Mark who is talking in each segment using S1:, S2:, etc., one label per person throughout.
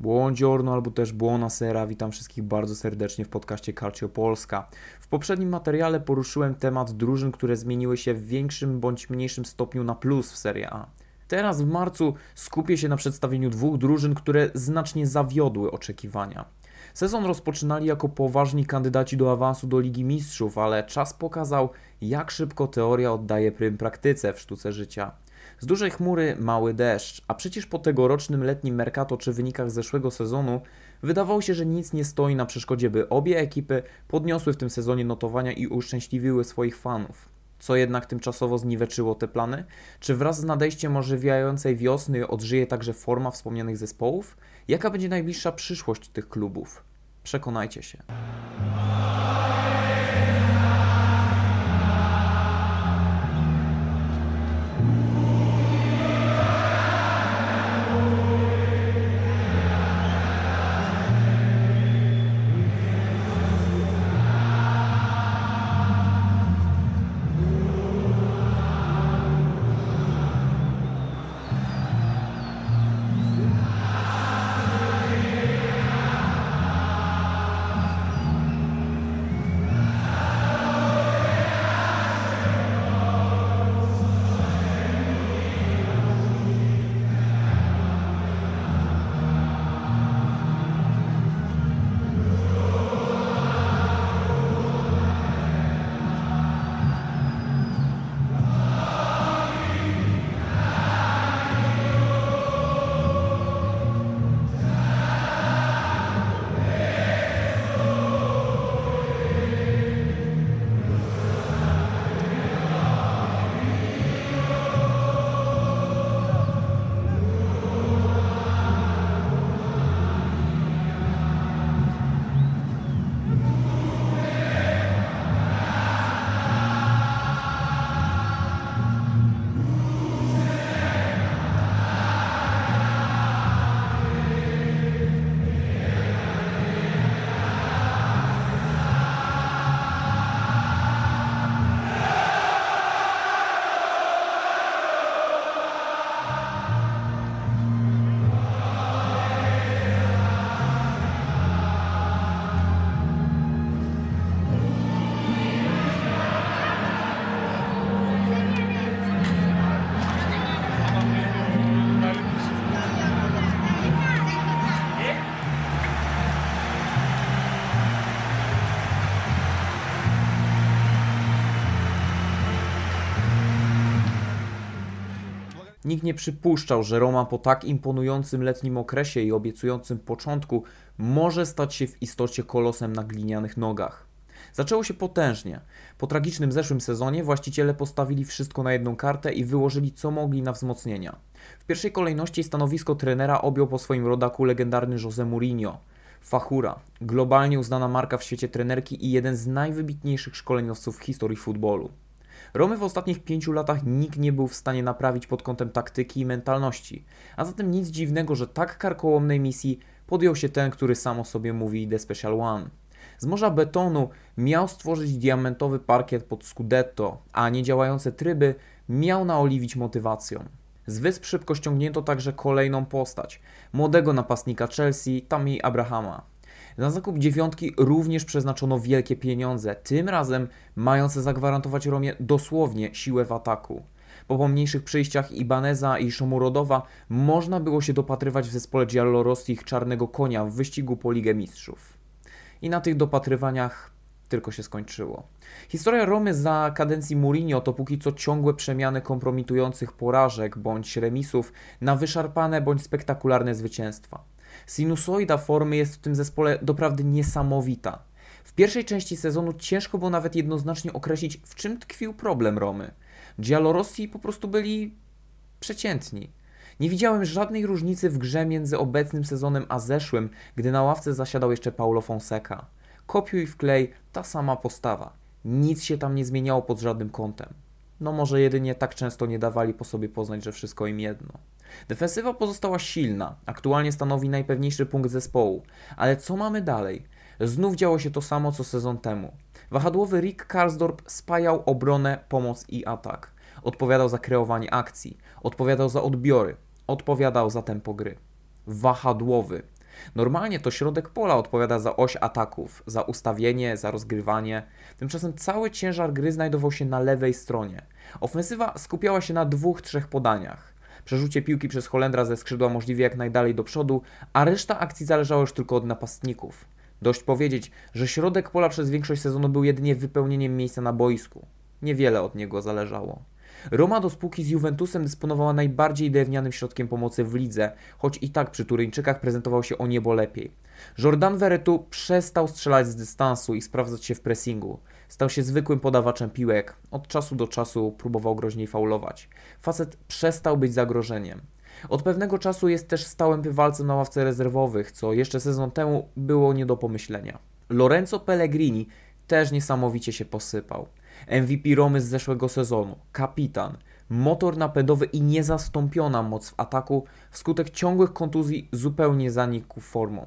S1: Buongiorno albo też buonasera, witam wszystkich bardzo serdecznie w podcaście Calcio Polska. W poprzednim materiale poruszyłem temat drużyn, które zmieniły się w większym bądź mniejszym stopniu na plus w Serie A. Teraz w marcu skupię się na przedstawieniu dwóch drużyn, które znacznie zawiodły oczekiwania. Sezon rozpoczynali jako poważni kandydaci do awansu do Ligi Mistrzów, ale czas pokazał, jak szybko teoria oddaje prym praktyce w sztuce życia. Z dużej chmury mały deszcz, a przecież po tegorocznym letnim mercato czy wynikach zeszłego sezonu wydawało się, że nic nie stoi na przeszkodzie, by obie ekipy podniosły w tym sezonie notowania i uszczęśliwiły swoich fanów. Co jednak tymczasowo zniweczyło te plany? Czy wraz z nadejściem ożywiającej wiosny odżyje także forma wspomnianych zespołów? Jaka będzie najbliższa przyszłość tych klubów? Przekonajcie się. Nikt nie przypuszczał, że Roma po tak imponującym letnim okresie i obiecującym początku może stać się w istocie kolosem na glinianych nogach. Zaczęło się potężnie. Po tragicznym zeszłym sezonie właściciele postawili wszystko na jedną kartę i wyłożyli co mogli na wzmocnienia. W pierwszej kolejności stanowisko trenera objął po swoim rodaku legendarny José Mourinho. Fachura, globalnie uznana marka w świecie trenerki i jeden z najwybitniejszych szkoleniowców w historii futbolu. Romy w ostatnich 5 latach nikt nie był w stanie naprawić pod kątem taktyki i mentalności, a zatem nic dziwnego, że tak karkołomnej misji podjął się ten, który sam o sobie mówi The Special One. Z morza betonu miał stworzyć diamentowy parkiet pod Scudetto, a niedziałające tryby miał naoliwić motywacją. Z wysp szybko ściągnięto także kolejną postać, młodego napastnika Chelsea, Tammy Abrahama. Na zakup dziewiątki również przeznaczono wielkie pieniądze, tym razem mające zagwarantować Romie dosłownie siłę w ataku. Po pomniejszych przyjściach Ibaneza i Shomurodowa można było się dopatrywać w zespole Giallorossich czarnego konia w wyścigu po Ligę Mistrzów. I na tych dopatrywaniach tylko się skończyło. Historia Romy za kadencji Mourinho to póki co ciągłe przemiany kompromitujących porażek bądź remisów na wyszarpane bądź spektakularne zwycięstwa. Sinusoida formy jest w tym zespole doprawdy niesamowita. W pierwszej części sezonu ciężko było nawet jednoznacznie określić, w czym tkwił problem Romy. Giallorossi po prostu byli przeciętni. Nie widziałem żadnej różnicy w grze między obecnym sezonem a zeszłym, gdy na ławce zasiadał jeszcze Paulo Fonseca. Kopiuj wklej, ta sama postawa. Nic się tam nie zmieniało pod żadnym kątem. No może jedynie tak często nie dawali po sobie poznać, że wszystko im jedno. Defensywa pozostała silna, aktualnie stanowi najpewniejszy punkt zespołu. Ale co mamy dalej? Znów działo się to samo co sezon temu. Wahadłowy Rick Karsdorp spajał obronę, pomoc i atak. Odpowiadał za kreowanie akcji, odpowiadał za odbiory, odpowiadał za tempo gry. Wahadłowy. Normalnie to środek pola odpowiada za oś ataków, za ustawienie, za rozgrywanie. Tymczasem cały ciężar gry znajdował się na lewej stronie. Ofensywa skupiała się na 2-3 podaniach. Przerzucie piłki przez Holendra ze skrzydła możliwie jak najdalej do przodu, a reszta akcji zależała już tylko od napastników. Dość powiedzieć, że środek pola przez większość sezonu był jedynie wypełnieniem miejsca na boisku. Niewiele od niego zależało. Roma do spółki z Juventusem dysponowała najbardziej drewnianym środkiem pomocy w lidze, choć i tak przy Turyńczykach prezentował się o niebo lepiej. Jordan Veretout przestał strzelać z dystansu i sprawdzać się w pressingu. Stał się zwykłym podawaczem piłek, od czasu do czasu próbował groźniej faulować. Facet przestał być zagrożeniem. Od pewnego czasu jest też stałym bywalcem na ławce rezerwowych, co jeszcze sezon temu było nie do pomyślenia. Lorenzo Pellegrini też niesamowicie się posypał. MVP Romy z zeszłego sezonu, kapitan, motor napędowy i niezastąpiona moc w ataku, wskutek ciągłych kontuzji zupełnie zanikł formą.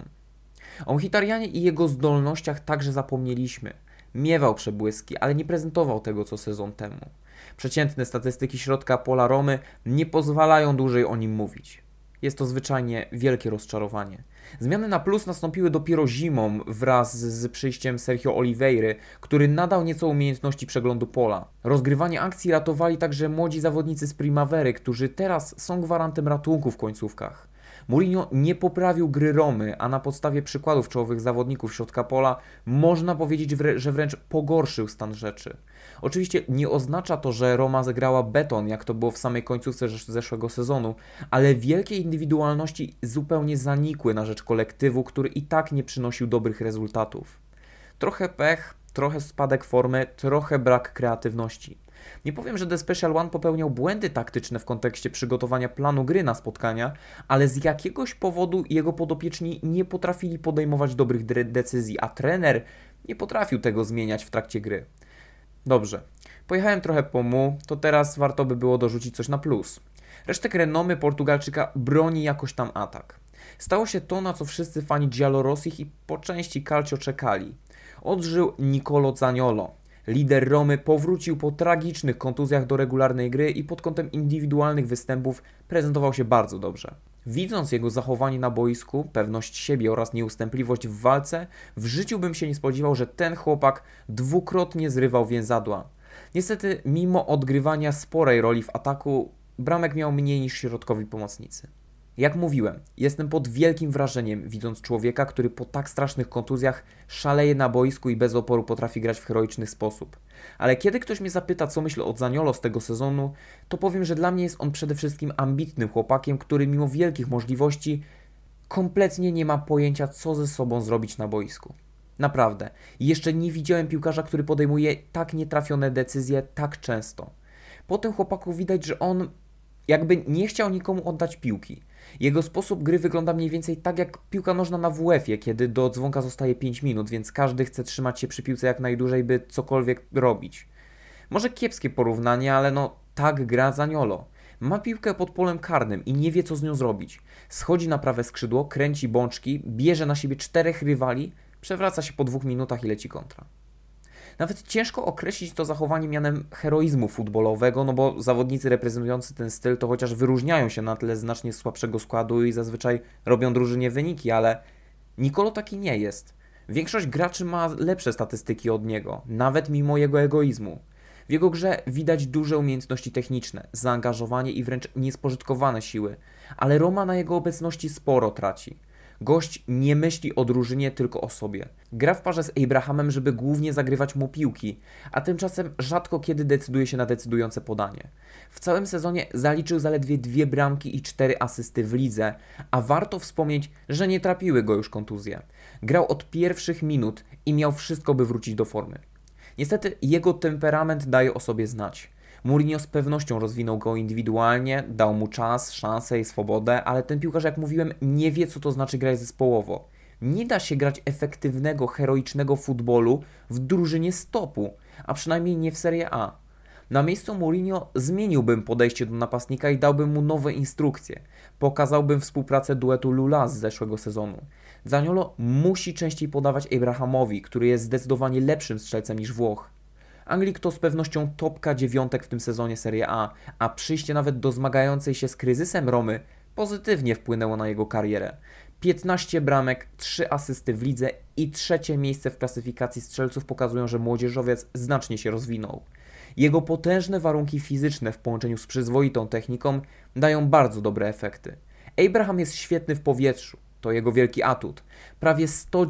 S1: O Mkhitarjanie i jego zdolnościach także zapomnieliśmy. Miewał przebłyski, ale nie prezentował tego co sezon temu. Przeciętne statystyki środka pola Romy nie pozwalają dłużej o nim mówić. Jest to zwyczajnie wielkie rozczarowanie. Zmiany na plus nastąpiły dopiero zimą wraz z przyjściem Sergio Oliveiry, który nadał nieco umiejętności przeglądu pola. Rozgrywanie akcji ratowali także młodzi zawodnicy z Primavery, którzy teraz są gwarantem ratunku w końcówkach. Mourinho nie poprawił gry Romy, a na podstawie przykładów czołowych zawodników środka pola można powiedzieć, że wręcz pogorszył stan rzeczy. Oczywiście nie oznacza to, że Roma zagrała beton, jak to było w samej końcówce zeszłego sezonu, ale wielkie indywidualności zupełnie zanikły na rzecz kolektywu, który i tak nie przynosił dobrych rezultatów. Trochę pech, trochę spadek formy, trochę brak kreatywności. Nie powiem, że The Special One popełniał błędy taktyczne w kontekście przygotowania planu gry na spotkania, ale z jakiegoś powodu jego podopieczni nie potrafili podejmować dobrych decyzji, a trener nie potrafił tego zmieniać w trakcie gry. Dobrze, pojechałem trochę po mu, to teraz warto by było dorzucić coś na plus. Resztek renomy Portugalczyka broni jakoś tam atak. Stało się to, na co wszyscy fani Giallorossich i po części Calcio czekali. Odżył Nicolo Zaniolo. Lider Romy powrócił po tragicznych kontuzjach do regularnej gry i pod kątem indywidualnych występów prezentował się bardzo dobrze. Widząc jego zachowanie na boisku, pewność siebie oraz nieustępliwość w walce, w życiu bym się nie spodziewał, że ten chłopak dwukrotnie zrywał więzadła. Niestety, mimo odgrywania sporej roli w ataku, bramek miał mniej niż środkowi pomocnicy. Jak mówiłem, jestem pod wielkim wrażeniem, widząc człowieka, który po tak strasznych kontuzjach szaleje na boisku i bez oporu potrafi grać w heroiczny sposób. Ale kiedy ktoś mnie zapyta, co myślę o Zaniolo z tego sezonu, to powiem, że dla mnie jest on przede wszystkim ambitnym chłopakiem, który mimo wielkich możliwości kompletnie nie ma pojęcia, co ze sobą zrobić na boisku. Naprawdę, jeszcze nie widziałem piłkarza, który podejmuje tak nietrafione decyzje tak często. Po tym chłopaku widać, że on jakby nie chciał nikomu oddać piłki. Jego sposób gry wygląda mniej więcej tak jak piłka nożna na WF-ie, kiedy do dzwonka zostaje 5 minut, więc każdy chce trzymać się przy piłce jak najdłużej, by cokolwiek robić. Może kiepskie porównanie, ale no tak gra Zaniolo. Ma piłkę pod polem karnym i nie wie co z nią zrobić. Schodzi na prawe skrzydło, kręci bączki, bierze na siebie 4 rywali, przewraca się po 2 minutach i leci kontra. Nawet ciężko określić to zachowanie mianem heroizmu futbolowego, no bo zawodnicy reprezentujący ten styl to chociaż wyróżniają się na tle znacznie słabszego składu i zazwyczaj robią drużynie wyniki, ale Nicolo taki nie jest. Większość graczy ma lepsze statystyki od niego, nawet mimo jego egoizmu. W jego grze widać duże umiejętności techniczne, zaangażowanie i wręcz niespożytkowane siły, ale Roma na jego obecności sporo traci. Gość nie myśli o drużynie, tylko o sobie. Gra w parze z Abrahamem, żeby głównie zagrywać mu piłki, a tymczasem rzadko kiedy decyduje się na decydujące podanie. W całym sezonie zaliczył zaledwie 2 bramki i 4 asysty w lidze, a warto wspomnieć, że nie trapiły go już kontuzje. Grał od pierwszych minut i miał wszystko, by wrócić do formy. Niestety jego temperament daje o sobie znać. Mourinho z pewnością rozwinął go indywidualnie, dał mu czas, szansę i swobodę, ale ten piłkarz, jak mówiłem, nie wie, co to znaczy grać zespołowo. Nie da się grać efektywnego, heroicznego futbolu w drużynie stopu, a przynajmniej nie w Serie A. Na miejscu Mourinho zmieniłbym podejście do napastnika i dałbym mu nowe instrukcje. Pokazałbym współpracę duetu Lula z zeszłego sezonu. Zaniolo musi częściej podawać Abrahamowi, który jest zdecydowanie lepszym strzelcem niż Włoch. Anglik to z pewnością topka 9 w tym sezonie Serie a przyjście nawet do zmagającej się z kryzysem Romy pozytywnie wpłynęło na jego karierę. 15 bramek, 3 asysty w lidze i 3. miejsce w klasyfikacji strzelców pokazują, że młodzieżowiec znacznie się rozwinął. Jego potężne warunki fizyczne w połączeniu z przyzwoitą techniką dają bardzo dobre efekty. Abraham jest świetny w powietrzu, to jego wielki atut. Prawie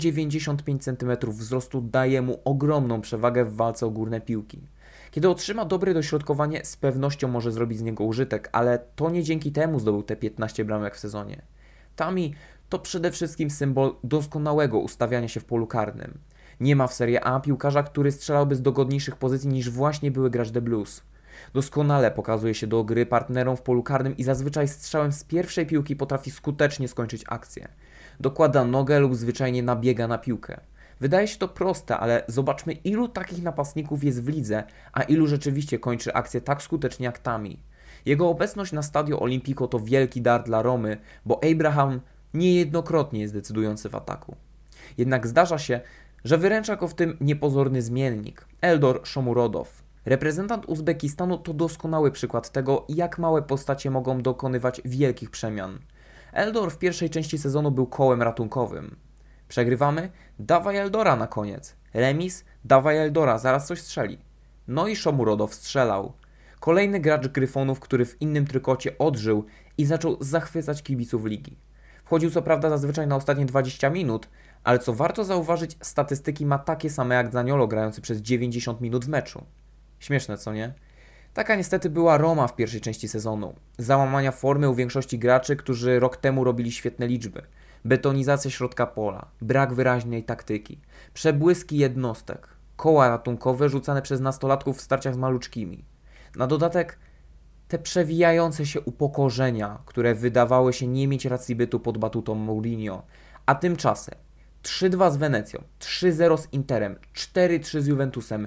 S1: 195 cm wzrostu daje mu ogromną przewagę w walce o górne piłki. Kiedy otrzyma dobre dośrodkowanie, z pewnością może zrobić z niego użytek, ale to nie dzięki temu zdobył te 15 bramek w sezonie. Tammy to przede wszystkim symbol doskonałego ustawiania się w polu karnym. Nie ma w Serie A piłkarza, który strzelałby z dogodniejszych pozycji niż właśnie były grać The Blues. Doskonale pokazuje się do gry partnerom w polu karnym i zazwyczaj strzałem z pierwszej piłki potrafi skutecznie skończyć akcję. Dokłada nogę lub zwyczajnie nabiega na piłkę. Wydaje się to proste, ale zobaczmy, ilu takich napastników jest w lidze, a ilu rzeczywiście kończy akcję tak skutecznie jak Tammy. Jego obecność na Stadio Olimpico to wielki dar dla Romy, bo Abraham niejednokrotnie jest decydujący w ataku. Jednak zdarza się, że wyręcza go w tym niepozorny zmiennik, Eldor Shomurodov. Reprezentant Uzbekistanu to doskonały przykład tego, jak małe postacie mogą dokonywać wielkich przemian. Eldor w pierwszej części sezonu był kołem ratunkowym. Przegrywamy? Dawaj Eldora na koniec. Remis? Dawaj Eldora, zaraz coś strzeli. No i Shomurodov strzelał. Kolejny gracz Gryfonów, który w innym trykocie odżył i zaczął zachwycać kibiców ligi. Wchodził co prawda zazwyczaj na ostatnie 20 minut, ale co warto zauważyć, statystyki ma takie same jak Zaniolo grający przez 90 minut w meczu. Śmieszne, co nie? Taka niestety była Roma w pierwszej części sezonu. Załamania formy u większości graczy, którzy rok temu robili świetne liczby. Betonizacja środka pola, brak wyraźnej taktyki, przebłyski jednostek, koła ratunkowe rzucane przez nastolatków w starciach z maluczkimi. Na dodatek te przewijające się upokorzenia, które wydawały się nie mieć racji bytu pod batutą Mourinho, a tymczasem 3-2 z Wenecją, 3-0 z Interem, 4-3 z Juventusem,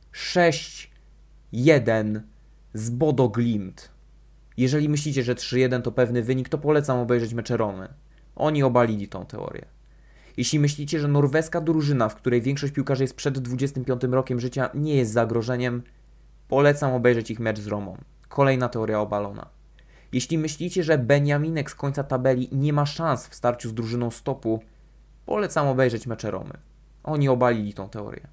S1: 6-1 z Bodo Glimt. Jeżeli myślicie, że 3-1 to pewny wynik, to polecam obejrzeć mecze Romy. Oni obalili tą teorię. Jeśli myślicie, że norweska drużyna, w której większość piłkarzy jest przed 25 rokiem życia, nie jest zagrożeniem, polecam obejrzeć ich mecz z Romą. Kolejna teoria obalona. Jeśli myślicie, że Beniaminek z końca tabeli nie ma szans w starciu z drużyną stopu, polecam obejrzeć mecze Romy. Oni obalili tą teorię.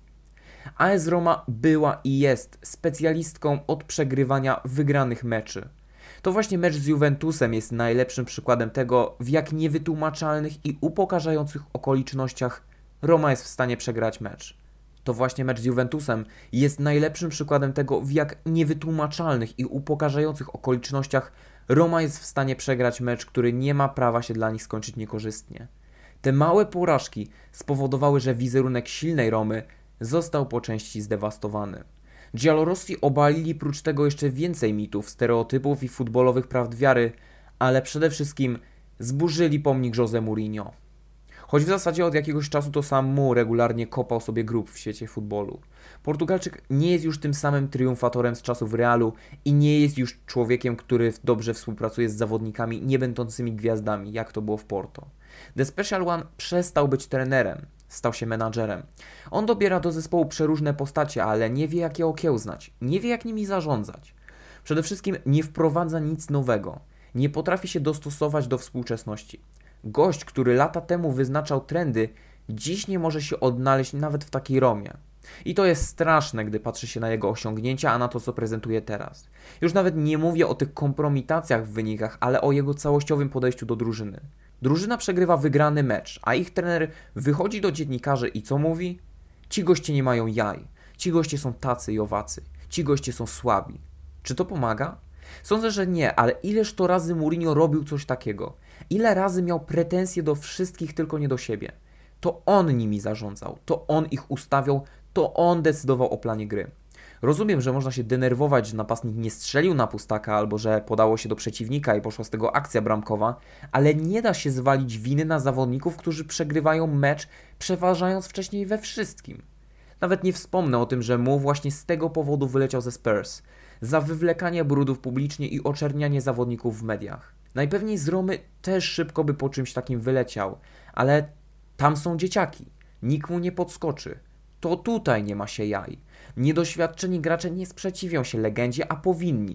S1: AS Roma była i jest specjalistką od przegrywania wygranych meczy. To właśnie mecz z Juventusem jest najlepszym przykładem tego, w jak niewytłumaczalnych i upokarzających okolicznościach Roma jest w stanie przegrać mecz. To właśnie mecz z Juventusem jest najlepszym przykładem tego, w jak niewytłumaczalnych i upokarzających okolicznościach Roma jest w stanie przegrać mecz, który nie ma prawa się dla nich skończyć niekorzystnie. Te małe porażki spowodowały, że wizerunek silnej Romy został po części zdewastowany. Giallorossi obalili prócz tego jeszcze więcej mitów, stereotypów i futbolowych prawd wiary, ale przede wszystkim zburzyli pomnik José Mourinho. Choć w zasadzie od jakiegoś czasu to sam mu regularnie kopał sobie grób w świecie futbolu. Portugalczyk nie jest już tym samym triumfatorem z czasów Realu i nie jest już człowiekiem, który dobrze współpracuje z zawodnikami nie będącymi gwiazdami, jak to było w Porto. The Special One przestał być trenerem, stał się menadżerem. On dobiera do zespołu przeróżne postacie, ale nie wie jak je okiełznać, nie wie jak nimi zarządzać. Przede wszystkim nie wprowadza nic nowego, nie potrafi się dostosować do współczesności. Gość, który lata temu wyznaczał trendy, dziś nie może się odnaleźć nawet w takiej Romie. I to jest straszne, gdy patrzy się na jego osiągnięcia, a na to, co prezentuje teraz. Już nawet nie mówię o tych kompromitacjach w wynikach, ale o jego całościowym podejściu do drużyny. Drużyna przegrywa wygrany mecz, a ich trener wychodzi do dziennikarzy i co mówi? Ci goście nie mają jaj, ci goście są tacy i owacy, ci goście są słabi. Czy to pomaga? Sądzę, że nie, ale ileż to razy Mourinho robił coś takiego? Ile razy miał pretensje do wszystkich, tylko nie do siebie? To on nimi zarządzał, to on ich ustawiał, to on decydował o planie gry. Rozumiem, że można się denerwować, że napastnik nie strzelił na pustaka albo że podało się do przeciwnika i poszła z tego akcja bramkowa, ale nie da się zwalić winy na zawodników, którzy przegrywają mecz, przeważając wcześniej we wszystkim. Nawet nie wspomnę o tym, że Mu właśnie z tego powodu wyleciał ze Spurs, za wywlekanie brudów publicznie i oczernianie zawodników w mediach. Najpewniej z Romy też szybko by po czymś takim wyleciał, ale tam są dzieciaki, nikt mu nie podskoczy. To tutaj nie ma się jaj. Niedoświadczeni gracze nie sprzeciwią się legendzie, a powinni.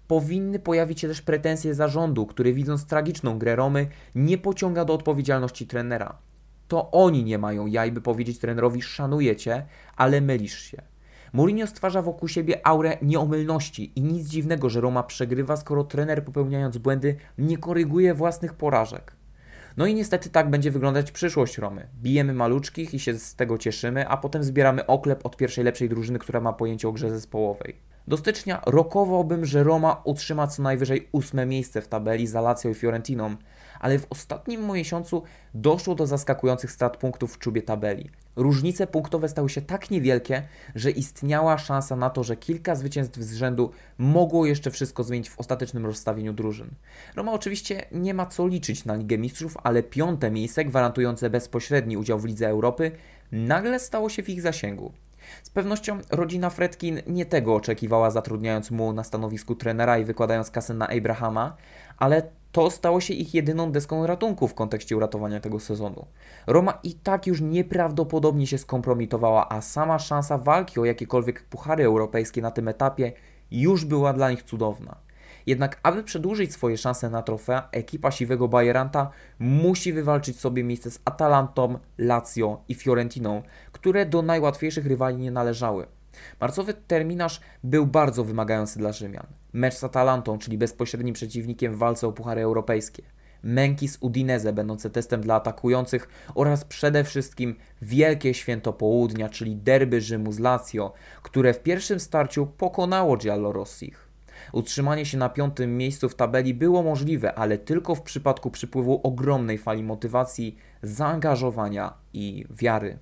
S1: Powinny pojawić się też pretensje zarządu, który widząc tragiczną grę Romy nie pociąga do odpowiedzialności trenera. To oni nie mają jaj, by powiedzieć trenerowi: szanuję cię, ale mylisz się. Mourinho stwarza wokół siebie aurę nieomylności i nic dziwnego, że Roma przegrywa, skoro trener, popełniając błędy, nie koryguje własnych porażek. No i niestety tak będzie wyglądać przyszłość Romy. Bijemy maluczkich i się z tego cieszymy, a potem zbieramy oklep od pierwszej lepszej drużyny, która ma pojęcie o grze zespołowej. Do stycznia rokowałbym, że Roma utrzyma co najwyżej 8. miejsce w tabeli za Lazio i Fiorentiną, ale w ostatnim miesiącu doszło do zaskakujących strat punktów w czubie tabeli. Różnice punktowe stały się tak niewielkie, że istniała szansa na to, że kilka zwycięstw z rzędu mogło jeszcze wszystko zmienić w ostatecznym rozstawieniu drużyn. Roma oczywiście nie ma co liczyć na Ligę Mistrzów, ale 5. miejsce gwarantujące bezpośredni udział w Lidze Europy nagle stało się w ich zasięgu. Z pewnością rodzina Fredkin nie tego oczekiwała, zatrudniając mu na stanowisku trenera i wykładając kasę na Abrahama, ale to stało się ich jedyną deską ratunku w kontekście uratowania tego sezonu. Roma i tak już nieprawdopodobnie się skompromitowała, a sama szansa walki o jakiekolwiek puchary europejskie na tym etapie już była dla nich cudowna. Jednak aby przedłużyć swoje szanse na trofea, ekipa siwego Bajeranta musi wywalczyć sobie miejsce z Atalantą, Lazio i Fiorentiną, które do najłatwiejszych rywali nie należały. Marcowy terminarz był bardzo wymagający dla Rzymian. Mecz z Atalantą, czyli bezpośrednim przeciwnikiem w walce o puchary europejskie. Męki z Udinese, będące testem dla atakujących, oraz przede wszystkim wielkie święto południa, czyli derby Rzymu z Lazio, które w pierwszym starciu pokonało Giallorossich. Utrzymanie się na 5. miejscu w tabeli było możliwe, ale tylko w przypadku przypływu ogromnej fali motywacji, zaangażowania i wiary.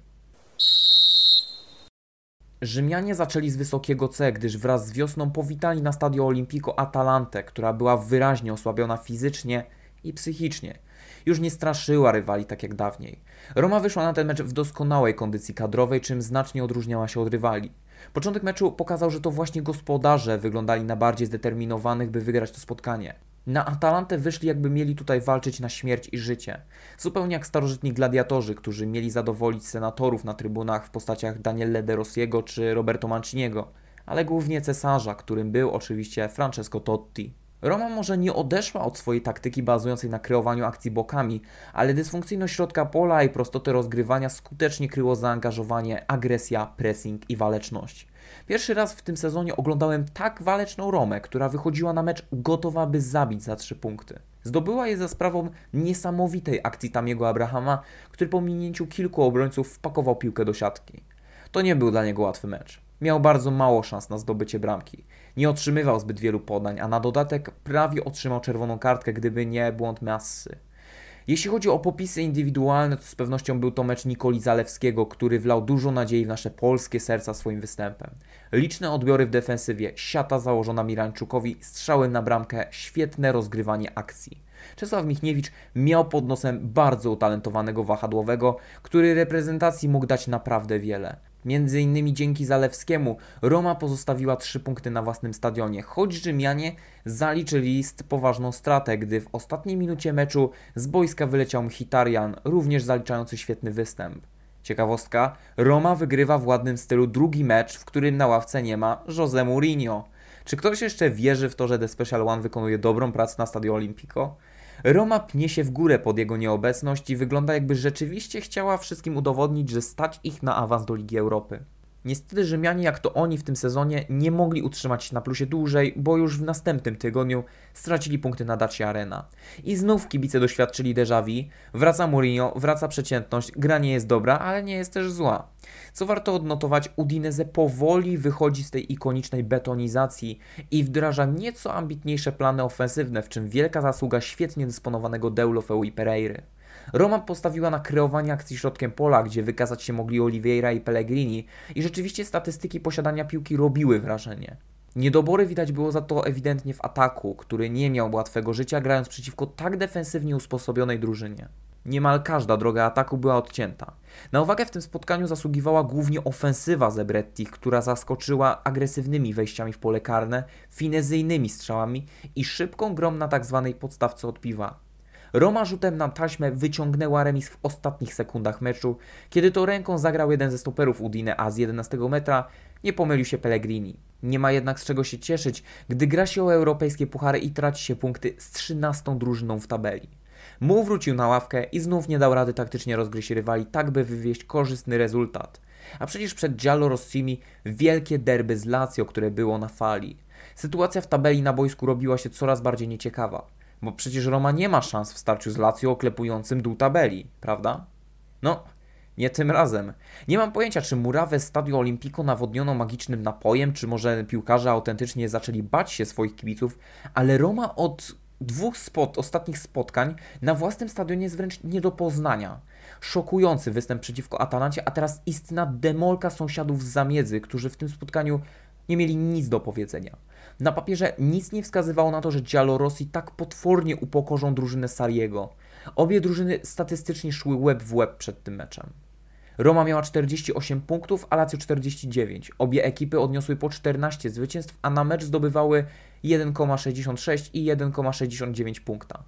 S1: Rzymianie zaczęli z wysokiego C, gdyż wraz z wiosną powitali na Stadio Olimpico Atalantę, która była wyraźnie osłabiona fizycznie i psychicznie. Już nie straszyła rywali tak jak dawniej. Roma wyszła na ten mecz w doskonałej kondycji kadrowej, czym znacznie odróżniała się od rywali. Początek meczu pokazał, że to właśnie gospodarze wyglądali na bardziej zdeterminowanych, by wygrać to spotkanie. Na Atalantę wyszli, jakby mieli tutaj walczyć na śmierć i życie. Zupełnie jak starożytni gladiatorzy, którzy mieli zadowolić senatorów na trybunach w postaciach Daniele De Rossiego czy Roberto Manciniego, ale głównie cesarza, którym był oczywiście Francesco Totti. Roma może nie odeszła od swojej taktyki bazującej na kreowaniu akcji bokami, ale dysfunkcyjność środka pola i prostotę rozgrywania skutecznie kryło zaangażowanie, agresja, pressing i waleczność. Pierwszy raz w tym sezonie oglądałem tak waleczną Romę, która wychodziła na mecz gotowa, by zabić za 3 punkty. Zdobyła je za sprawą niesamowitej akcji Tamiego Abrahama, który po minięciu kilku obrońców wpakował piłkę do siatki. To nie był dla niego łatwy mecz. Miał bardzo mało szans na zdobycie bramki. Nie otrzymywał zbyt wielu podań, a na dodatek prawie otrzymał czerwoną kartkę, gdyby nie błąd Massy. Jeśli chodzi o popisy indywidualne, to z pewnością był to mecz Nikoli Zalewskiego, który wlał dużo nadziei w nasze polskie serca swoim występem. Liczne odbiory w defensywie, siata założona Mirańczukowi, strzały na bramkę, świetne rozgrywanie akcji. Czesław Michniewicz miał pod nosem bardzo utalentowanego wahadłowego, który reprezentacji mógł dać naprawdę wiele. Między innymi dzięki Zalewskiemu Roma pozostawiła 3 punkty na własnym stadionie, choć Rzymianie zaliczyli poważną stratę, gdy w ostatniej minucie meczu z boiska wyleciał Mkhitaryan, również zaliczający świetny występ. Ciekawostka, Roma wygrywa w ładnym stylu drugi mecz, w którym na ławce nie ma José Mourinho. Czy ktoś jeszcze wierzy w to, że The Special One wykonuje dobrą pracę na Stadio Olimpico? Roma pnie się w górę pod jego nieobecność i wygląda, jakby rzeczywiście chciała wszystkim udowodnić, że stać ich na awans do Ligi Europy. Niestety Rzymianie, jak to oni w tym sezonie, nie mogli utrzymać się na plusie dłużej, bo już w następnym tygodniu stracili punkty na Dacia Arena. I znów kibice doświadczyli déjà vu, wraca Mourinho, wraca przeciętność, gra nie jest dobra, ale nie jest też zła. Co warto odnotować, Udinese powoli wychodzi z tej ikonicznej betonizacji i wdraża nieco ambitniejsze plany ofensywne, w czym wielka zasługa świetnie dysponowanego Deulofeu i Pereiry. Roma postawiła na kreowanie akcji środkiem pola, gdzie wykazać się mogli Oliveira i Pellegrini i rzeczywiście statystyki posiadania piłki robiły wrażenie. Niedobory widać było za to ewidentnie w ataku, który nie miał łatwego życia, grając przeciwko tak defensywnie usposobionej drużynie. Niemal każda droga ataku była odcięta. Na uwagę w tym spotkaniu zasługiwała głównie ofensywa Zebretti, która zaskoczyła agresywnymi wejściami w pole karne, finezyjnymi strzałami i szybką grą na tzw. podstawce od piwa. Roma rzutem na taśmę wyciągnęła remis w ostatnich sekundach meczu, kiedy to ręką zagrał jeden ze stoperów Udine, a z 11 metra nie pomylił się Pellegrini. Nie ma jednak z czego się cieszyć, gdy gra się o europejskie puchary i traci się punkty z 13. drużyną w tabeli. Mu wrócił na ławkę i znów nie dał rady taktycznie rozgryźć rywali, tak by wywieźć korzystny rezultat. A przecież przed Giallorossimi wielkie derby z Lazio, które było na fali. Sytuacja w tabeli na boisku robiła się coraz bardziej nieciekawa, bo przecież Roma nie ma szans w starciu z Lazio oklepującym dół tabeli, prawda? No, nie tym razem. Nie mam pojęcia, czy murawę Stadio Olimpico nawodniono magicznym napojem, czy może piłkarze autentycznie zaczęli bać się swoich kibiców, ale Roma od dwóch ostatnich spotkań na własnym stadionie jest wręcz nie do poznania. Szokujący występ przeciwko Atalancie, a teraz istna demolka sąsiadów z Zamiedzy, którzy w tym spotkaniu nie mieli nic do powiedzenia. Na papierze nic nie wskazywało na to, że Giallorossi tak potwornie upokorzą drużynę Sarriego. Obie drużyny statystycznie szły łeb w łeb przed tym meczem. Roma miała 48 punktów, a Lazio 49. Obie ekipy odniosły po 14 zwycięstw, a na mecz zdobywały 1,66 i 1,69 punkta.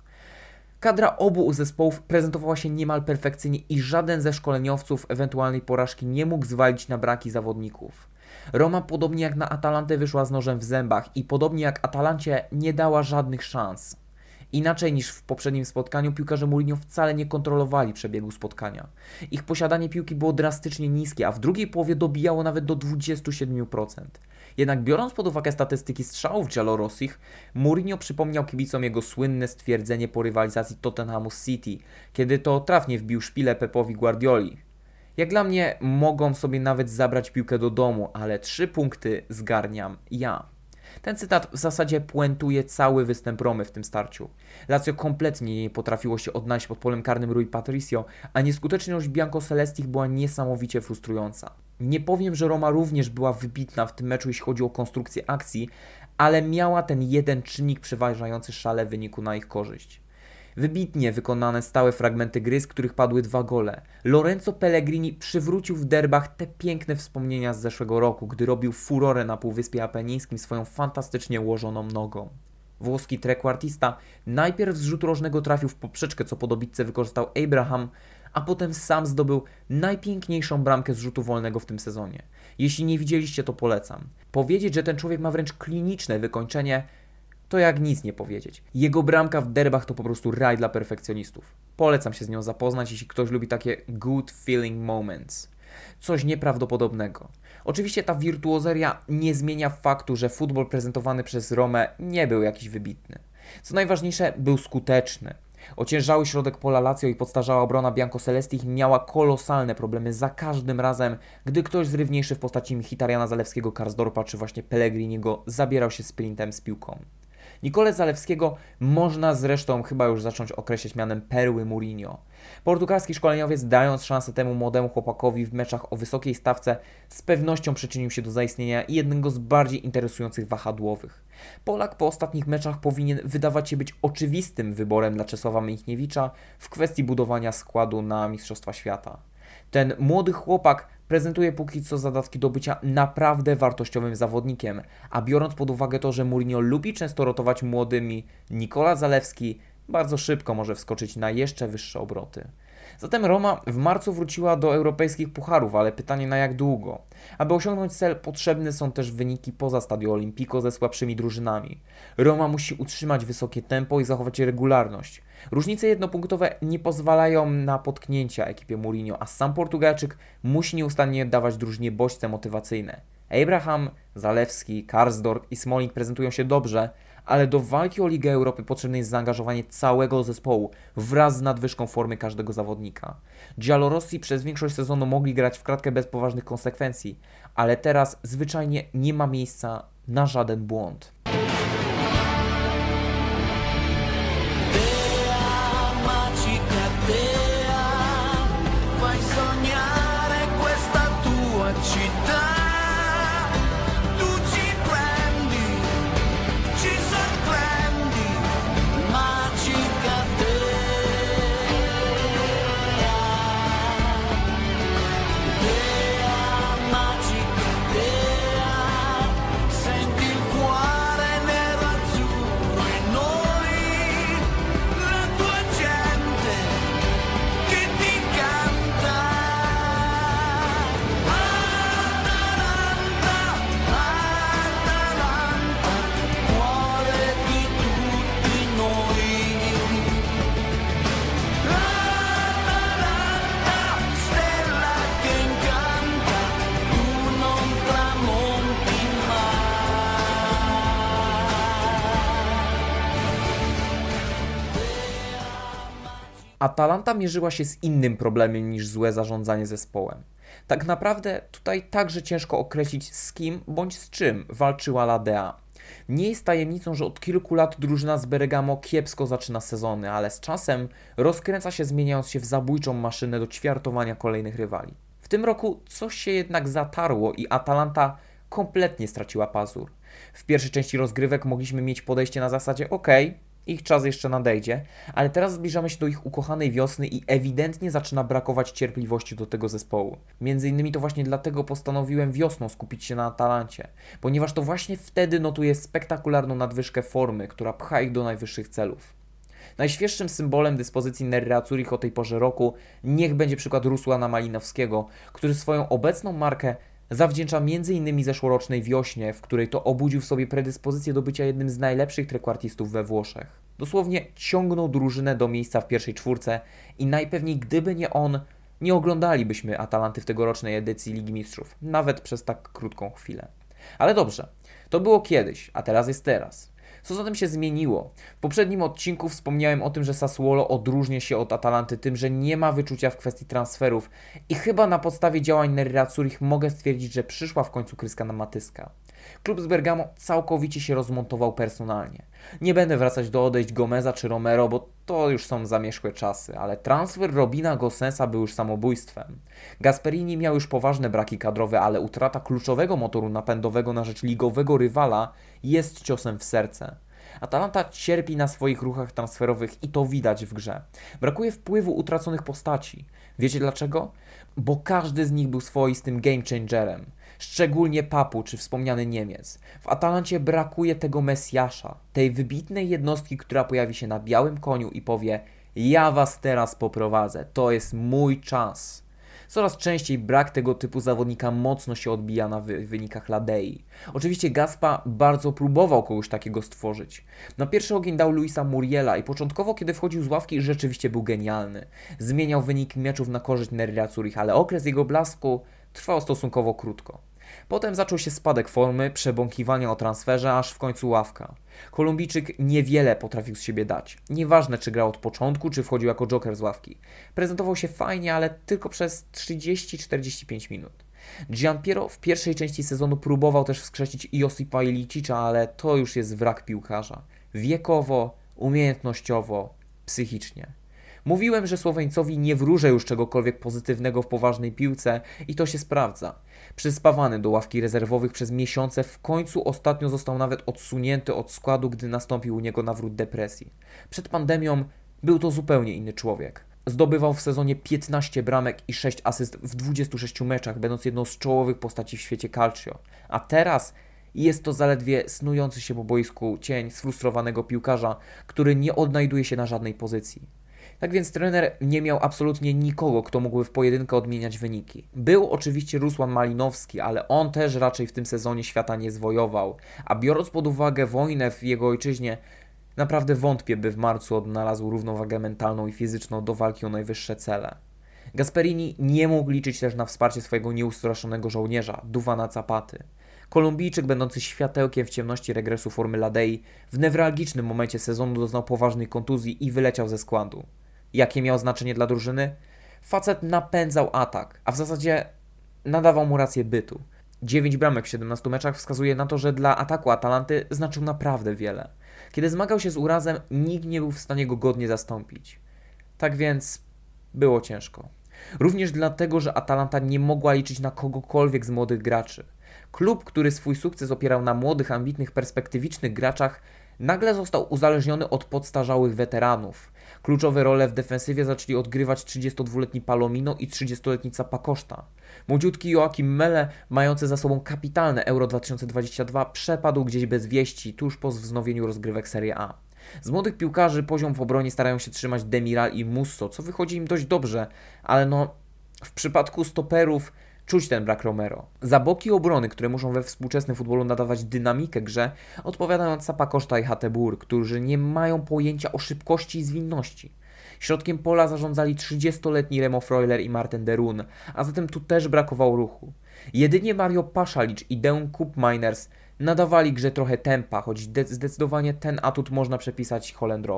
S1: Kadra obu zespołów prezentowała się niemal perfekcyjnie i żaden ze szkoleniowców ewentualnej porażki nie mógł zwalić na braki zawodników. Roma podobnie jak na Atalantę wyszła z nożem w zębach i podobnie jak Atalancie nie dała żadnych szans. Inaczej niż w poprzednim spotkaniu piłkarze Mourinho wcale nie kontrolowali przebiegu spotkania. Ich posiadanie piłki było drastycznie niskie, a w drugiej połowie dobijało nawet do 27%. Jednak biorąc pod uwagę statystyki strzałów Giallorossich, Mourinho przypomniał kibicom jego słynne stwierdzenie po rywalizacji Tottenhamu z City, kiedy to trafnie wbił szpilę Pepowi Guardioli. Jak dla mnie mogą sobie nawet zabrać piłkę do domu, ale 3 punkty zgarniam ja. Ten cytat w zasadzie puentuje cały występ Romy w tym starciu. Lazio kompletnie nie potrafiło się odnaleźć pod polem karnym Rui Patricio, a nieskuteczność Biancocelestich była niesamowicie frustrująca. Nie powiem, że Roma również była wybitna w tym meczu, jeśli chodzi o konstrukcję akcji, ale miała ten jeden czynnik przeważający szale wyniku na ich korzyść. Wybitnie wykonane stałe fragmenty gry, z których padły 2 gole. Lorenzo Pellegrini przywrócił w derbach te piękne wspomnienia z zeszłego roku, gdy robił furorę na Półwyspie Apenińskim swoją fantastycznie ułożoną nogą. Włoski trequartista najpierw z rzutu rożnego trafił w poprzeczkę, co po dobitce wykorzystał Abraham, a potem sam zdobył najpiękniejszą bramkę z rzutu wolnego w tym sezonie. Jeśli nie widzieliście, to polecam. Powiedzieć, że ten człowiek ma wręcz kliniczne wykończenie, to jak nic nie powiedzieć. Jego bramka w derbach to po prostu raj dla perfekcjonistów. Polecam się z nią zapoznać, jeśli ktoś lubi takie good feeling moments. Coś nieprawdopodobnego. Oczywiście ta wirtuozeria nie zmienia faktu, że futbol prezentowany przez Romę nie był jakiś wybitny. Co najważniejsze, był skuteczny. Ociężały środek pola Lazio i podstarzała obrona Biancocelestich miała kolosalne problemy za każdym razem, gdy ktoś zrywniejszy w postaci Mkhitarjana Zalewskiego, Karsdorpa czy właśnie Pellegriniego zabierał się sprintem z piłką. Nicolę Zalewskiego można zresztą chyba już zacząć określać mianem perły Mourinho. Portugalski szkoleniowiec, dając szansę temu młodemu chłopakowi w meczach o wysokiej stawce, z pewnością przyczynił się do zaistnienia jednego z bardziej interesujących wahadłowych. Polak po ostatnich meczach powinien wydawać się być oczywistym wyborem dla Czesława Michniewicza w kwestii budowania składu na Mistrzostwa Świata. Ten młody chłopak prezentuje póki co zadatki do bycia naprawdę wartościowym zawodnikiem, a biorąc pod uwagę to, że Mourinho lubi często rotować młodymi, Nicola Zalewski bardzo szybko może wskoczyć na jeszcze wyższe obroty. Zatem Roma w marcu wróciła do europejskich pucharów, ale pytanie na jak długo? Aby osiągnąć cel potrzebne są też wyniki poza Stadio Olimpico ze słabszymi drużynami. Roma musi utrzymać wysokie tempo i zachować regularność. Różnice jednopunktowe nie pozwalają na potknięcia ekipie Mourinho, a sam Portugalczyk musi nieustannie dawać drużynie bodźce motywacyjne. Abraham, Zalewski, Karsdorp i Smalling prezentują się dobrze, ale do walki o Ligę Europy potrzebne jest zaangażowanie całego zespołu wraz z nadwyżką formy każdego zawodnika. Giallorossi przez większość sezonu mogli grać w kratkę bez poważnych konsekwencji, ale teraz zwyczajnie nie ma miejsca na żaden błąd.
S2: Senti il cuore
S1: Atalanta mierzyła się z innym problemem niż złe zarządzanie zespołem. Tak naprawdę tutaj także ciężko określić, z kim bądź z czym walczyła Ladea. Nie jest tajemnicą, że od kilku lat drużyna z Bergamo kiepsko zaczyna sezony, ale z czasem rozkręca się, zmieniając się w zabójczą maszynę do ćwiartowania kolejnych rywali. W tym roku coś się jednak zatarło i Atalanta kompletnie straciła pazur. W pierwszej części rozgrywek mogliśmy mieć podejście na zasadzie ich czas jeszcze nadejdzie, ale teraz zbliżamy się do ich ukochanej wiosny i ewidentnie zaczyna brakować cierpliwości do tego zespołu. Między innymi to właśnie dlatego postanowiłem wiosną skupić się na Atalancie, ponieważ to właśnie wtedy notuje spektakularną nadwyżkę formy, która pcha ich do najwyższych celów. Najświeższym symbolem dyspozycji Nerazzurich o tej porze roku niech będzie przykład Rusłana Malinowskiego, który swoją obecną markę zawdzięcza m.in. zeszłorocznej wiośnie, w której to obudził w sobie predyspozycję do bycia jednym z najlepszych trekwartistów we Włoszech. Dosłownie ciągnął drużynę do miejsca w pierwszej czwórce i najpewniej gdyby nie on, nie oglądalibyśmy Atalanty w tegorocznej edycji Ligi Mistrzów, nawet przez tak krótką chwilę. Ale dobrze, to było kiedyś, a teraz jest teraz. Co zatem się zmieniło? W poprzednim odcinku wspomniałem o tym, że Sassuolo odróżnia się od Atalanty tym, że nie ma wyczucia w kwestii transferów i chyba na podstawie działań Nerazzurich mogę stwierdzić, że przyszła w końcu kryska na Matyska. Klub z Bergamo całkowicie się rozmontował personalnie. Nie będę wracać do odejść Gomeza czy Romero, bo to już są zamierzchłe czasy, ale transfer Robina Gossensa był już samobójstwem. Gasperini miał już poważne braki kadrowe, ale utrata kluczowego motoru napędowego na rzecz ligowego rywala jest ciosem w serce. Atalanta cierpi na swoich ruchach transferowych i to widać w grze. Brakuje wpływu utraconych postaci. Wiecie dlaczego? Bo każdy z nich był swoistym game changerem. Szczególnie Papu czy wspomniany Niemiec. W Atalancie brakuje tego Mesjasza, tej wybitnej jednostki, która pojawi się na białym koniu i powie: ja was teraz poprowadzę, to jest mój czas. Coraz częściej brak tego typu zawodnika mocno się odbija na wynikach Ladei. Oczywiście Gaspa bardzo próbował kogoś takiego stworzyć. Na pierwszy ogień dał Luisa Muriela i początkowo, kiedy wchodził z ławki, rzeczywiście był genialny. Zmieniał wynik meczów na korzyść Nerazzurich, ale okres jego blasku trwał stosunkowo krótko. Potem zaczął się spadek formy, przebąkiwania o transferze, aż w końcu ławka. Kolumbijczyk niewiele potrafił z siebie dać. Nieważne, czy grał od początku, czy wchodził jako joker z ławki. Prezentował się fajnie, ale tylko przez 30-45 minut. Gianpiero w pierwszej części sezonu próbował też wskrzesić Josipa Ilicicza, ale to już jest wrak piłkarza. Wiekowo, umiejętnościowo, psychicznie. Mówiłem, że Słoweńcowi nie wróżę już czegokolwiek pozytywnego w poważnej piłce i to się sprawdza. Przyspawany do ławki rezerwowych przez miesiące, w końcu ostatnio został nawet odsunięty od składu, gdy nastąpił u niego nawrót depresji. Przed pandemią był to zupełnie inny człowiek. Zdobywał w sezonie 15 bramek i 6 asyst w 26 meczach, będąc jedną z czołowych postaci w świecie calcio. A teraz jest to zaledwie snujący się po boisku cień sfrustrowanego piłkarza, który nie odnajduje się na żadnej pozycji. Tak więc trener nie miał absolutnie nikogo, kto mógłby w pojedynkę odmieniać wyniki. Był oczywiście Rusłan Malinowski, ale on też raczej w tym sezonie świata nie zwojował, a biorąc pod uwagę wojnę w jego ojczyźnie, naprawdę wątpię, by w marcu odnalazł równowagę mentalną i fizyczną do walki o najwyższe cele. Gasperini nie mógł liczyć też na wsparcie swojego nieustraszonego żołnierza, Duvana Zapaty. Kolumbijczyk, będący światełkiem w ciemności regresu formy Ladei, w newralgicznym momencie sezonu doznał poważnej kontuzji i wyleciał ze składu. Jakie miał znaczenie dla drużyny? Facet napędzał atak, a w zasadzie nadawał mu rację bytu. 9 bramek w 17 meczach wskazuje na to, że dla ataku Atalanty znaczył naprawdę wiele. Kiedy zmagał się z urazem, nikt nie był w stanie go godnie zastąpić. Tak więc było ciężko. Również dlatego, że Atalanta nie mogła liczyć na kogokolwiek z młodych graczy. Klub, który swój sukces opierał na młodych, ambitnych, perspektywicznych graczach, nagle został uzależniony od podstarzałych weteranów. Kluczowe role w defensywie zaczęli odgrywać 32-letni Palomino i 30-letni Zappacosta. Młodziutki Joachim Mele, mający za sobą kapitalne Euro 2022, przepadł gdzieś bez wieści tuż po wznowieniu rozgrywek Serie A. Z młodych piłkarzy poziom w obronie starają się trzymać Demiral i Musso, co wychodzi im dość dobrze, ale w przypadku stoperów czuć ten brak Romero. Za boki obrony, które muszą we współczesnym futbolu nadawać dynamikę grze, odpowiadają Zappacosta i Hateboer, którzy nie mają pojęcia o szybkości i zwinności. Środkiem pola zarządzali 30-letni Remo Freuler i Martin de Roon, a zatem tu też brakowało ruchu. Jedynie Mario Pasalic i Deun Koopmeiners nadawali grze trochę tempa, choć zdecydowanie ten atut można przepisać Holendrowi.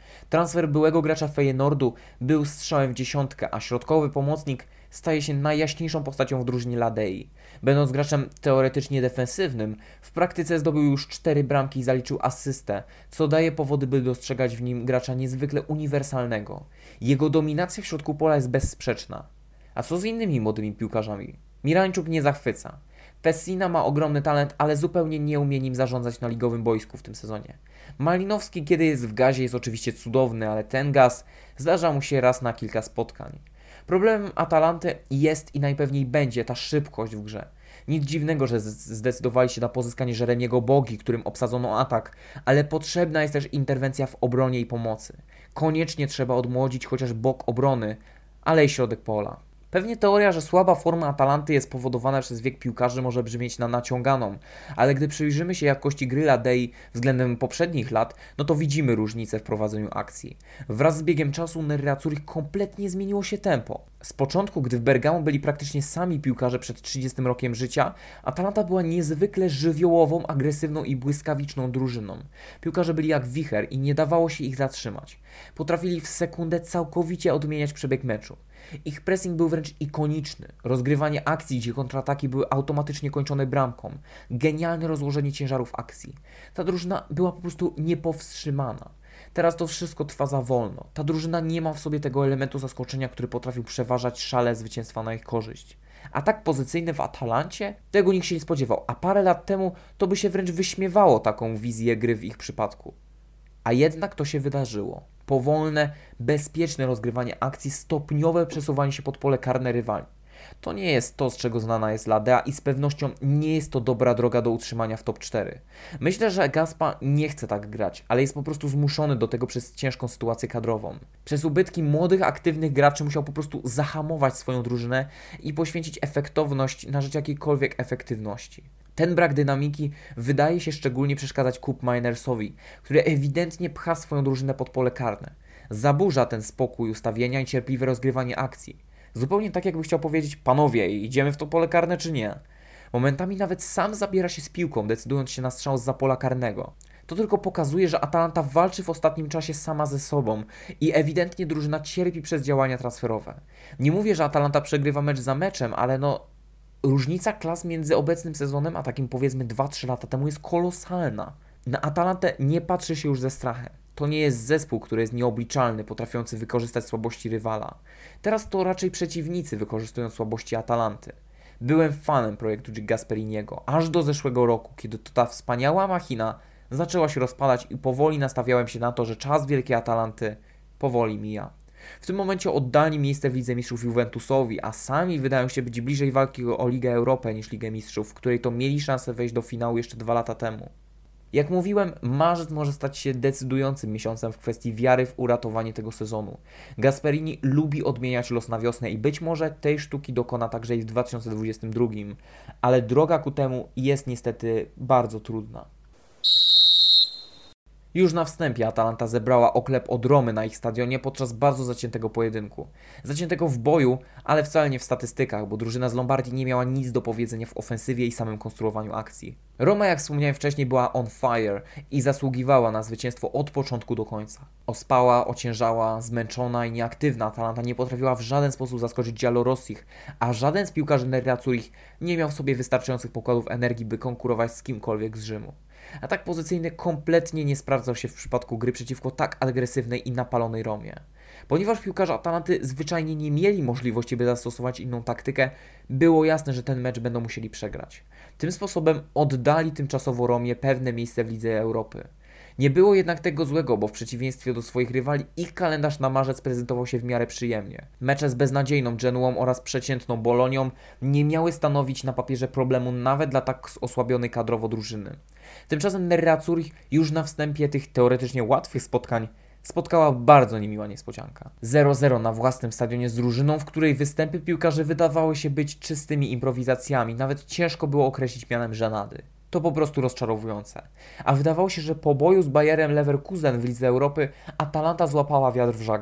S1: Transfer byłego gracza Feyenoordu był strzałem w dziesiątkę, a środkowy pomocnik staje się najjaśniejszą postacią w drużynie Ladei. Będąc graczem teoretycznie defensywnym, w praktyce zdobył już 4 bramki i zaliczył asystę, co daje powody, by dostrzegać w nim gracza niezwykle uniwersalnego. Jego dominacja w środku pola jest bezsprzeczna. A co z innymi młodymi piłkarzami? Mirańczuk nie zachwyca. Pessina ma ogromny talent, ale zupełnie nie umie nim zarządzać na ligowym boisku w tym sezonie. Malinowski, kiedy jest w gazie, jest oczywiście cudowny, ale ten gaz zdarza mu się raz na kilka spotkań. Problemem Atalanty jest i najpewniej będzie ta szybkość w grze. Nic dziwnego, że zdecydowali się na pozyskanie Jeremiego Bogi, którym obsadzono atak, ale potrzebna jest też interwencja w obronie i pomocy. Koniecznie trzeba odmłodzić chociaż bok obrony, ale i środek pola. Pewnie teoria, że słaba forma Atalanty jest powodowana przez wiek piłkarzy, może brzmieć na naciąganą, ale gdy przyjrzymy się jakości gry Ladei względem poprzednich lat, no to widzimy różnicę w prowadzeniu akcji. Wraz z biegiem czasu Nerazzurich kompletnie zmieniło się tempo. Z początku, gdy w Bergamo byli praktycznie sami piłkarze przed 30 rokiem życia, Atalanta była niezwykle żywiołową, agresywną i błyskawiczną drużyną. Piłkarze byli jak wicher i nie dawało się ich zatrzymać. Potrafili w sekundę całkowicie odmieniać przebieg meczu. Ich pressing był wręcz ikoniczny. Rozgrywanie akcji, gdzie kontrataki były automatycznie kończone bramką. Genialne rozłożenie ciężarów akcji. Ta drużyna była po prostu niepowstrzymana. Teraz to wszystko trwa za wolno. Ta drużyna nie ma w sobie tego elementu zaskoczenia, który potrafił przeważać szale zwycięstwa na ich korzyść. Atak pozycyjny w Atalancie? Tego nikt się nie spodziewał, a parę lat temu to by się wręcz wyśmiewało taką wizję gry w ich przypadku. A jednak to się wydarzyło. Powolne, bezpieczne rozgrywanie akcji, stopniowe przesuwanie się pod pole karne rywali. To nie jest to, z czego znana jest Ladea i z pewnością nie jest to dobra droga do utrzymania w top 4. Myślę, że Gaspa nie chce tak grać, ale jest po prostu zmuszony do tego przez ciężką sytuację kadrową. Przez ubytki młodych, aktywnych graczy musiał po prostu zahamować swoją drużynę i poświęcić efektowność na rzecz jakiejkolwiek efektywności. Ten brak dynamiki wydaje się szczególnie przeszkadzać Koop Minersowi, który ewidentnie pcha swoją drużynę pod pole karne. Zaburza ten spokój ustawienia i cierpliwe rozgrywanie akcji. Zupełnie tak, jakby chciał powiedzieć: panowie, idziemy w to pole karne czy nie? Momentami nawet sam zabiera się z piłką, decydując się na strzał zza pola karnego. To tylko pokazuje, że Atalanta walczy w ostatnim czasie sama ze sobą i ewidentnie drużyna cierpi przez działania transferowe. Nie mówię, że Atalanta przegrywa mecz za meczem, ale różnica klas między obecnym sezonem a takim powiedzmy 2-3 lata temu jest kolosalna. Na Atalantę nie patrzy się już ze strachem. To nie jest zespół, który jest nieobliczalny, potrafiący wykorzystać słabości rywala. Teraz to raczej przeciwnicy wykorzystują słabości Atalanty. Byłem fanem projektu Gasperiniego, aż do zeszłego roku, kiedy to ta wspaniała machina zaczęła się rozpadać i powoli nastawiałem się na to, że czas wielkiej Atalanty powoli mija. W tym momencie oddali miejsce w Lidze Mistrzów Juventusowi, a sami wydają się być bliżej walki o Ligę Europę niż Ligę Mistrzów, w której to mieli szansę wejść do finału jeszcze 2 lata temu. Jak mówiłem, marzec może stać się decydującym miesiącem w kwestii wiary w uratowanie tego sezonu. Gasperini lubi odmieniać los na wiosnę i być może tej sztuki dokona także i w 2022, ale droga ku temu jest niestety bardzo trudna. Już na wstępie Atalanta zebrała oklep od Romy na ich stadionie podczas bardzo zaciętego pojedynku. Zaciętego w boju, ale wcale nie w statystykach, bo drużyna z Lombardii nie miała nic do powiedzenia w ofensywie i samym konstruowaniu akcji. Roma, jak wspomniałem wcześniej, była on fire i zasługiwała na zwycięstwo od początku do końca. Ospała, ociężała, zmęczona i nieaktywna Atalanta nie potrafiła w żaden sposób zaskoczyć Giallorossich, a żaden z piłkarzy Nerazzurich nie miał w sobie wystarczających pokładów energii, by konkurować z kimkolwiek z Rzymu. Atak pozycyjny kompletnie nie sprawdzał się w przypadku gry przeciwko tak agresywnej i napalonej Romie. Ponieważ piłkarze Atalanty zwyczajnie nie mieli możliwości, by zastosować inną taktykę, było jasne, że ten mecz będą musieli przegrać. Tym sposobem oddali tymczasowo Romie pewne miejsce w Lidze Europy. Nie było jednak tego złego, bo w przeciwieństwie do swoich rywali ich kalendarz na marzec prezentował się w miarę przyjemnie. Mecze z beznadziejną Genuą oraz przeciętną Bolonią nie miały stanowić na papierze problemu nawet dla tak osłabionej kadrowo drużyny. Tymczasem Nerazzurich już na wstępie tych teoretycznie łatwych spotkań spotkała bardzo niemiła niespodzianka. 0-0 na własnym stadionie z drużyną, w której występy piłkarzy wydawały się być czystymi improwizacjami, nawet ciężko było określić mianem żenady. To po prostu rozczarowujące. A wydawało się, że po boju z Bayerem Leverkusen w Lidze Europy Atalanta złapała wiatr w żagle.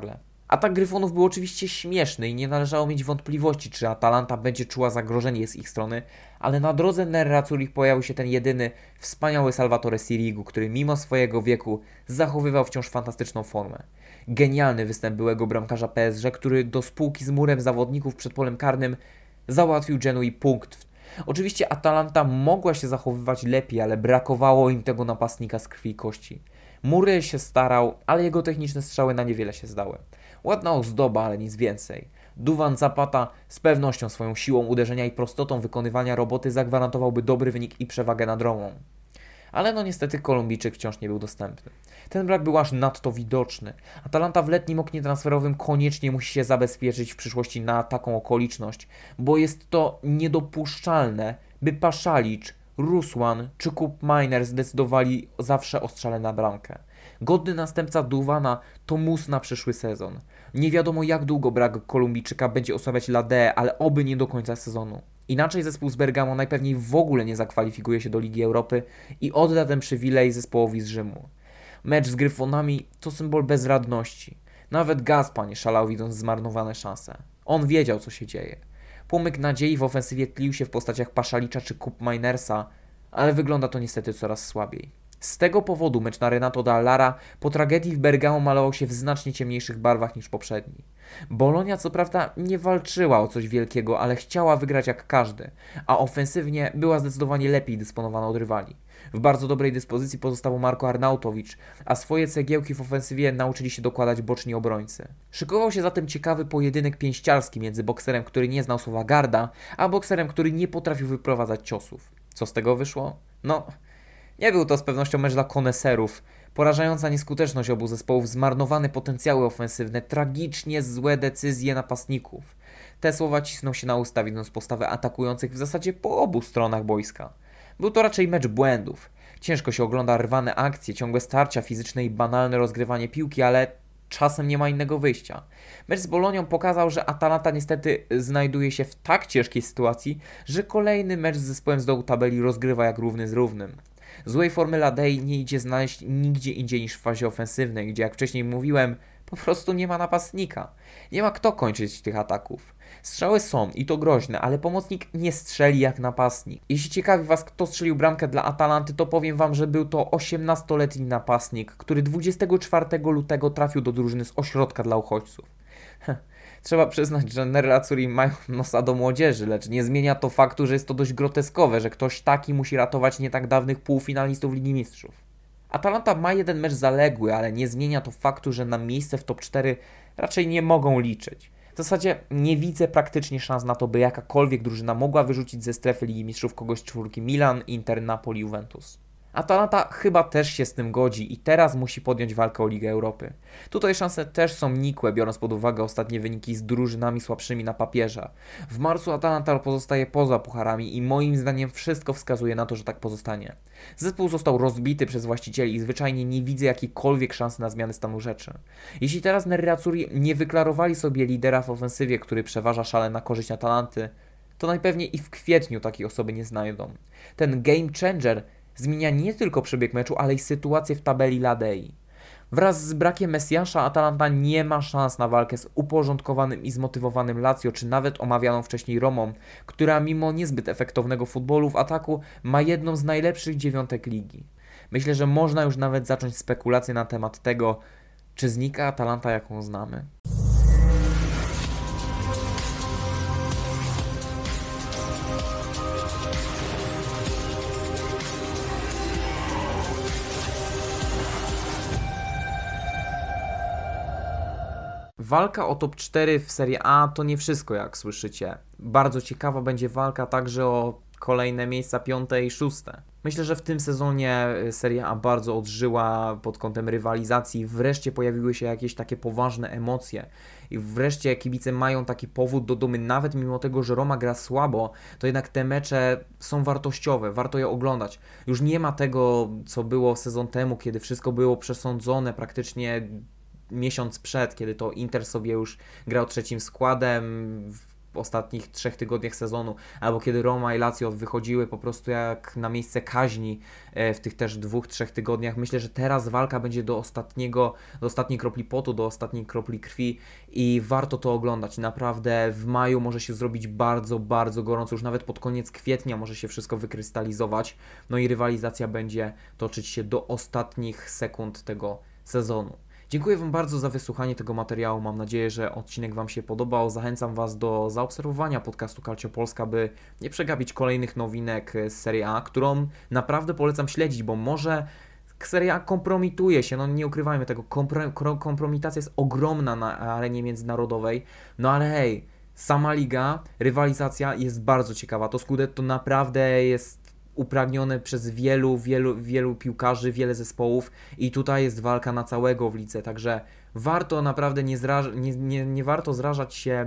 S1: Atak Gryfonów był oczywiście śmieszny i nie należało mieć wątpliwości, czy Atalanta będzie czuła zagrożenie z ich strony, ale na drodze Nerazzurich pojawił się ten jedyny, wspaniały Salvatore Sirigu, który mimo swojego wieku zachowywał wciąż fantastyczną formę. Genialny występ byłego bramkarza PSG, który do spółki z murem zawodników przed polem karnym załatwił Genui punkt. Oczywiście Atalanta mogła się zachowywać lepiej, ale brakowało im tego napastnika z krwi i kości. Murray się starał, ale jego techniczne strzały na niewiele się zdały. Ładna ozdoba, ale nic więcej. Duvan Zapata z pewnością swoją siłą uderzenia i prostotą wykonywania roboty zagwarantowałby dobry wynik i przewagę nad Romą. Ale no niestety Kolumbijczyk wciąż nie był dostępny. Ten brak był aż nadto widoczny. Atalanta w letnim oknie transferowym koniecznie musi się zabezpieczyć w przyszłości na taką okoliczność, bo jest to niedopuszczalne, by Pasalic, Ruslan czy Koop Miner zdecydowali zawsze o strzale na bramkę. Godny następca Duvana to mus na przyszły sezon. Nie wiadomo jak długo brak Kolumbijczyka będzie osłabiać Ladé, ale oby nie do końca sezonu. Inaczej zespół z Bergamo najpewniej w ogóle nie zakwalifikuje się do Ligi Europy i odda ten przywilej zespołowi z Rzymu. Mecz z Gryfonami to symbol bezradności. Nawet Gaspa nie szalał, widząc zmarnowane szanse. On wiedział, co się dzieje. Płomyk nadziei w ofensywie tlił się w postaciach Pasalicza czy Koop Minersa, ale wygląda to niestety coraz słabiej. Z tego powodu mecz na Renato Dallara po tragedii w Bergamo malował się w znacznie ciemniejszych barwach niż poprzedni. Bologna co prawda nie walczyła o coś wielkiego, ale chciała wygrać jak każdy, a ofensywnie była zdecydowanie lepiej dysponowana od rywali. W bardzo dobrej dyspozycji pozostawał Marko Arnautovic, a swoje cegiełki w ofensywie nauczyli się dokładać boczni obrońcy. Szykował się zatem ciekawy pojedynek pięściarski między bokserem, który nie znał słowa garda, a bokserem, który nie potrafił wyprowadzać ciosów. Co z tego wyszło? No, nie był to z pewnością mecz dla koneserów. Porażająca nieskuteczność obu zespołów, zmarnowane potencjały ofensywne, tragicznie złe decyzje napastników. Te słowa cisną się na usta, widząc postawę atakujących w zasadzie po obu stronach boiska. Był to raczej mecz błędów. Ciężko się ogląda rwane akcje, ciągłe starcia fizyczne i banalne rozgrywanie piłki, ale czasem nie ma innego wyjścia. Mecz z Bolonią pokazał, że Atalanta niestety znajduje się w tak ciężkiej sytuacji, że kolejny mecz z zespołem z dołu tabeli rozgrywa jak równy z równym. Złej formy Ladei nie idzie znaleźć nigdzie indziej niż w fazie ofensywnej, gdzie jak wcześniej mówiłem, po prostu nie ma napastnika. Nie ma kto kończyć tych ataków. Strzały są i to groźne, ale pomocnik nie strzeli jak napastnik. Jeśli ciekawi Was, kto strzelił bramkę dla Atalanty, to powiem Wam, że był to 18-letni napastnik, który 24 lutego trafił do drużyny z ośrodka dla uchodźców. Trzeba przyznać, że Nerazzurri mają nosa do młodzieży, lecz nie zmienia to faktu, że jest to dość groteskowe, że ktoś taki musi ratować nie tak dawnych półfinalistów Ligi Mistrzów. Atalanta ma jeden mecz zaległy, ale nie zmienia to faktu, że na miejsce w top 4 raczej nie mogą liczyć. W zasadzie nie widzę praktycznie szans na to, by jakakolwiek drużyna mogła wyrzucić ze strefy Ligi Mistrzów kogoś z czwórki Milan, Inter, Napoli, Juventus. Atalanta chyba też się z tym godzi i teraz musi podjąć walkę o Ligę Europy. Tutaj szanse też są nikłe, biorąc pod uwagę ostatnie wyniki z drużynami słabszymi na papierze. W marcu Atalanta pozostaje poza pucharami i moim zdaniem wszystko wskazuje na to, że tak pozostanie. Zespół został rozbity przez właścicieli i zwyczajnie nie widzę jakiejkolwiek szansy na zmianę stanu rzeczy. Jeśli teraz Nerazzurri nie wyklarowali sobie lidera w ofensywie, który przeważa szale na korzyść Atalanty, to najpewniej i w kwietniu takiej osoby nie znajdą. Ten game changer zmienia nie tylko przebieg meczu, ale i sytuację w tabeli Ladei. Wraz z brakiem Messiasza Atalanta nie ma szans na walkę z uporządkowanym i zmotywowanym Lazio, czy nawet omawianą wcześniej Romą, która mimo niezbyt efektownego futbolu w ataku ma jedną z najlepszych dziewiątek ligi. Myślę, że można już nawet zacząć spekulacje na temat tego, czy znika Atalanta, jaką znamy. Walka o top 4 w Serie A to nie wszystko, jak słyszycie. Bardzo ciekawa będzie walka także o kolejne miejsca 5. i 6. Myślę, że w tym sezonie Serie A bardzo odżyła pod kątem rywalizacji. Wreszcie pojawiły się jakieś takie poważne emocje. I wreszcie kibice mają taki powód do dumy. Nawet mimo tego, że Roma gra słabo, to jednak te mecze są wartościowe. Warto je oglądać. Już nie ma tego, co było sezon temu, kiedy wszystko było przesądzone praktycznie miesiąc przed, kiedy to Inter sobie już grał trzecim składem, w ostatnich 3 tygodniach sezonu, albo kiedy Roma i Lazio wychodziły po prostu jak na miejsce kaźni w tych też 2-3 tygodniach. Myślę, że teraz walka będzie do ostatniej kropli potu, do ostatniej kropli krwi i warto to oglądać. Naprawdę w maju może się zrobić bardzo, bardzo gorąco, już nawet pod koniec kwietnia może się wszystko wykrystalizować, no i rywalizacja będzie toczyć się do ostatnich sekund tego sezonu. Dziękuję Wam bardzo za wysłuchanie tego materiału. Mam nadzieję, że odcinek Wam się podobał. Zachęcam Was do zaobserwowania podcastu Calcio Polska, by nie przegapić kolejnych nowinek z Serie A, którą naprawdę polecam śledzić, bo może Serie A kompromituje się, no nie ukrywajmy tego, kompromitacja jest ogromna na arenie międzynarodowej, no ale hej, sama liga, rywalizacja jest bardzo ciekawa. To Scudetto naprawdę jest upragnione przez wielu piłkarzy, wiele zespołów i tutaj jest walka na całego w lidze, także warto naprawdę nie warto zrażać się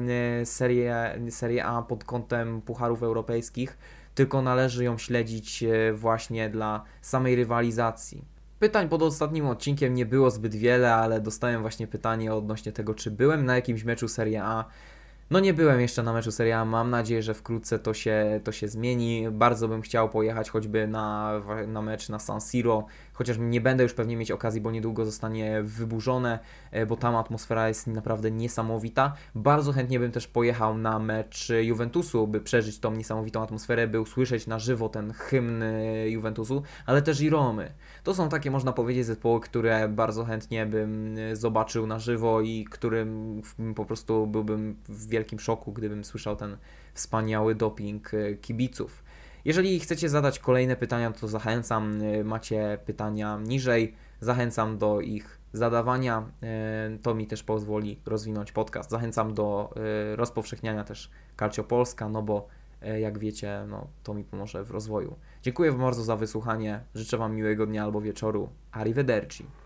S1: Serie A pod kątem pucharów europejskich, tylko należy ją śledzić właśnie dla samej rywalizacji. Pytań pod ostatnim odcinkiem nie było zbyt wiele, ale dostałem właśnie pytanie odnośnie tego, czy byłem na jakimś meczu Serie A. No nie byłem jeszcze na meczu Serie A, mam nadzieję, że wkrótce to się zmieni. Bardzo bym chciał pojechać choćby na mecz na San Siro, chociaż nie będę już pewnie mieć okazji, bo niedługo zostanie wyburzone, bo tam atmosfera jest naprawdę niesamowita. Bardzo chętnie bym też pojechał na mecz Juventusu, by przeżyć tą niesamowitą atmosferę, by usłyszeć na żywo ten hymn Juventusu, ale też i Romy. To są takie, można powiedzieć, zespoły, które bardzo chętnie bym zobaczył na żywo i którym po prostu byłbym w wielkim szoku, gdybym słyszał ten wspaniały doping kibiców. Jeżeli chcecie zadać kolejne pytania, to zachęcam, macie pytania niżej, zachęcam do ich zadawania, to mi też pozwoli rozwinąć podcast. Zachęcam do rozpowszechniania też Calcio Polska, no bo jak wiecie, no to mi pomoże w rozwoju. Dziękuję Wam bardzo za wysłuchanie, życzę Wam miłego dnia albo wieczoru. Arrivederci.